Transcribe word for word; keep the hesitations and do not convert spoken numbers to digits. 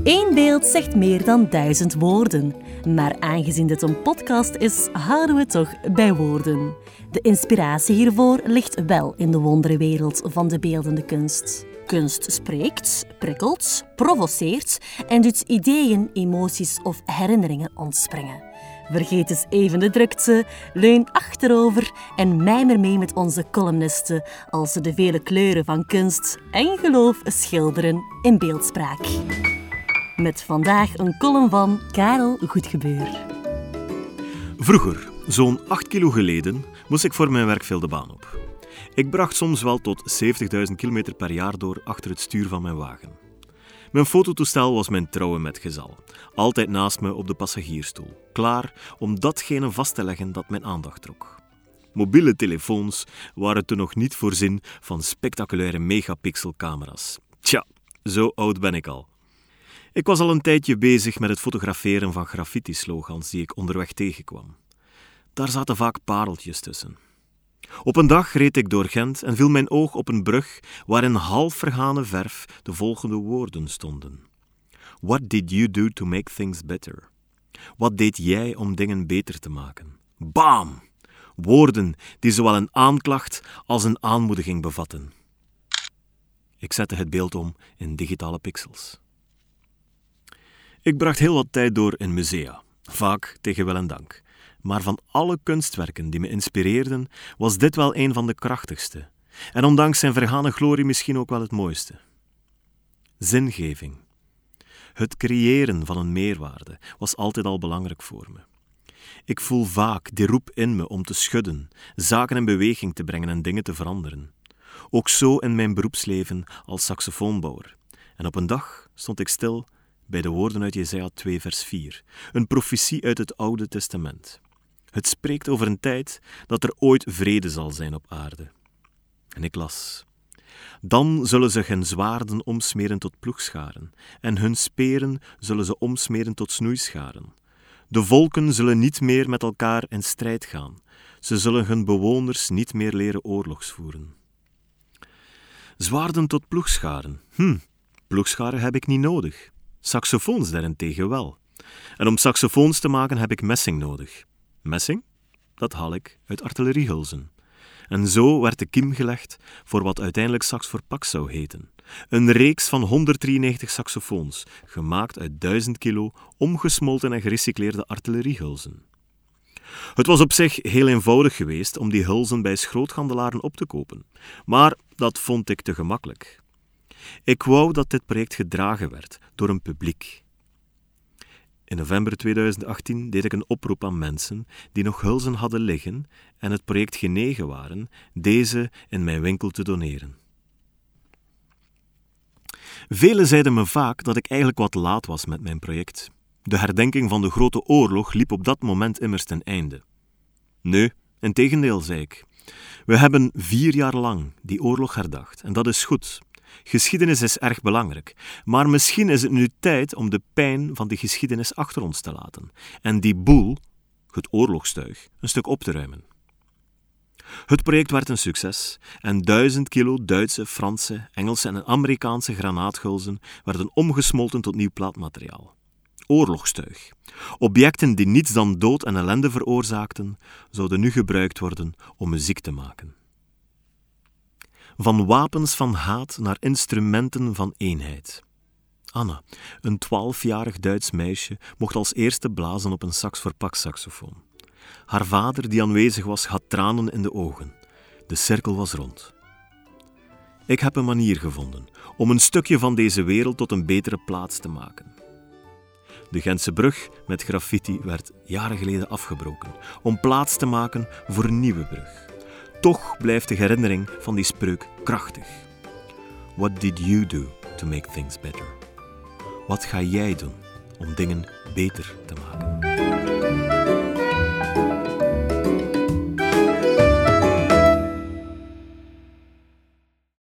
Eén beeld zegt meer dan duizend woorden. Maar aangezien dit een podcast is, houden we toch bij woorden. De inspiratie hiervoor ligt wel in de wonderenwereld van de beeldende kunst. Kunst spreekt, prikkelt, provoceert en doet ideeën, emoties of herinneringen ontspringen. Vergeet eens even de drukte, leun achterover en mijmer mee met onze columnisten als ze de vele kleuren van kunst en geloof schilderen in beeldspraak. Met vandaag een column van Karel Goedgebeur. Vroeger, zo'n acht kilo geleden, moest ik voor mijn werk veel de baan op. Ik bracht soms wel tot zeventigduizend kilometer per jaar door achter het stuur van mijn wagen. Mijn fototoestel was mijn trouwe metgezel, altijd naast me op de passagiersstoel, klaar om datgene vast te leggen dat mijn aandacht trok. Mobiele telefoons waren toen nog niet voorzien van spectaculaire megapixelcamera's. Tja, zo oud ben ik al. Ik was al een tijdje bezig met het fotograferen van graffiti-slogans die ik onderweg tegenkwam. Daar zaten vaak pareltjes tussen. Op een dag reed ik door Gent en viel mijn oog op een brug waar in half vergane verf de volgende woorden stonden. What did you do to make things better? Wat deed jij om dingen beter te maken? Bam! Woorden die zowel een aanklacht als een aanmoediging bevatten. Ik zette het beeld om in digitale pixels. Ik bracht heel wat tijd door in musea, vaak tegen wil en dank. Maar van alle kunstwerken die me inspireerden, was dit wel een van de krachtigste. En ondanks zijn vergane glorie misschien ook wel het mooiste. Zingeving. Het creëren van een meerwaarde was altijd al belangrijk voor me. Ik voel vaak die roep in me om te schudden, zaken in beweging te brengen en dingen te veranderen. Ook zo in mijn beroepsleven als saxofoonbouwer. En op een dag stond ik stil bij de woorden uit Jesaja twee vers vier, een profetie uit het Oude Testament. Het spreekt over een tijd dat er ooit vrede zal zijn op aarde. En ik las. Dan zullen ze hun zwaarden omsmeren tot ploegscharen, en hun speren zullen ze omsmeren tot snoeischaren. De volken zullen niet meer met elkaar in strijd gaan. Ze zullen hun bewoners niet meer leren oorlogs voeren. Zwaarden tot ploegscharen. Hm, ploegscharen heb ik niet nodig. Saxofoons daarentegen wel. En om saxofoons te maken heb ik messing nodig. Messing? Dat haal ik uit artilleriehulzen. En zo werd de kiem gelegd voor wat uiteindelijk Sax voor Pax zou heten. Een reeks van honderddrieënnegentig saxofoons, gemaakt uit duizend kilo omgesmolten en gerecycleerde artilleriehulzen. Het was op zich heel eenvoudig geweest om die hulzen bij schroothandelaren op te kopen, maar dat vond ik te gemakkelijk. Ik wou dat dit project gedragen werd door een publiek. In november tweeduizend achttien deed ik een oproep aan mensen die nog hulzen hadden liggen en het project genegen waren, deze in mijn winkel te doneren. Velen zeiden me vaak dat ik eigenlijk wat laat was met mijn project. De herdenking van de Grote Oorlog liep op dat moment immers ten einde. Nee, integendeel, zei ik. We hebben vier jaar lang die oorlog herdacht en dat is goed. Geschiedenis is erg belangrijk, maar misschien is het nu tijd om de pijn van die geschiedenis achter ons te laten en die boel, het oorlogstuig, een stuk op te ruimen. Het project werd een succes en duizend kilo Duitse, Franse, Engelse en Amerikaanse granaatgulzen werden omgesmolten tot nieuw plaatmateriaal. Oorlogstuig. Objecten die niets dan dood en ellende veroorzaakten, zouden nu gebruikt worden om muziek te maken. Van wapens van haat naar instrumenten van eenheid. Anna, een twaalfjarig Duits meisje, mocht als eerste blazen op een Sax voor Pax saxofoon. Haar vader, die aanwezig was, had tranen in de ogen. De cirkel was rond. Ik heb een manier gevonden om een stukje van deze wereld tot een betere plaats te maken. De Gentse brug met graffiti werd jaren geleden afgebroken om plaats te maken voor een nieuwe brug. Toch blijft de herinnering van die spreuk krachtig. What did you do to make things better? Wat ga jij doen om dingen beter te maken?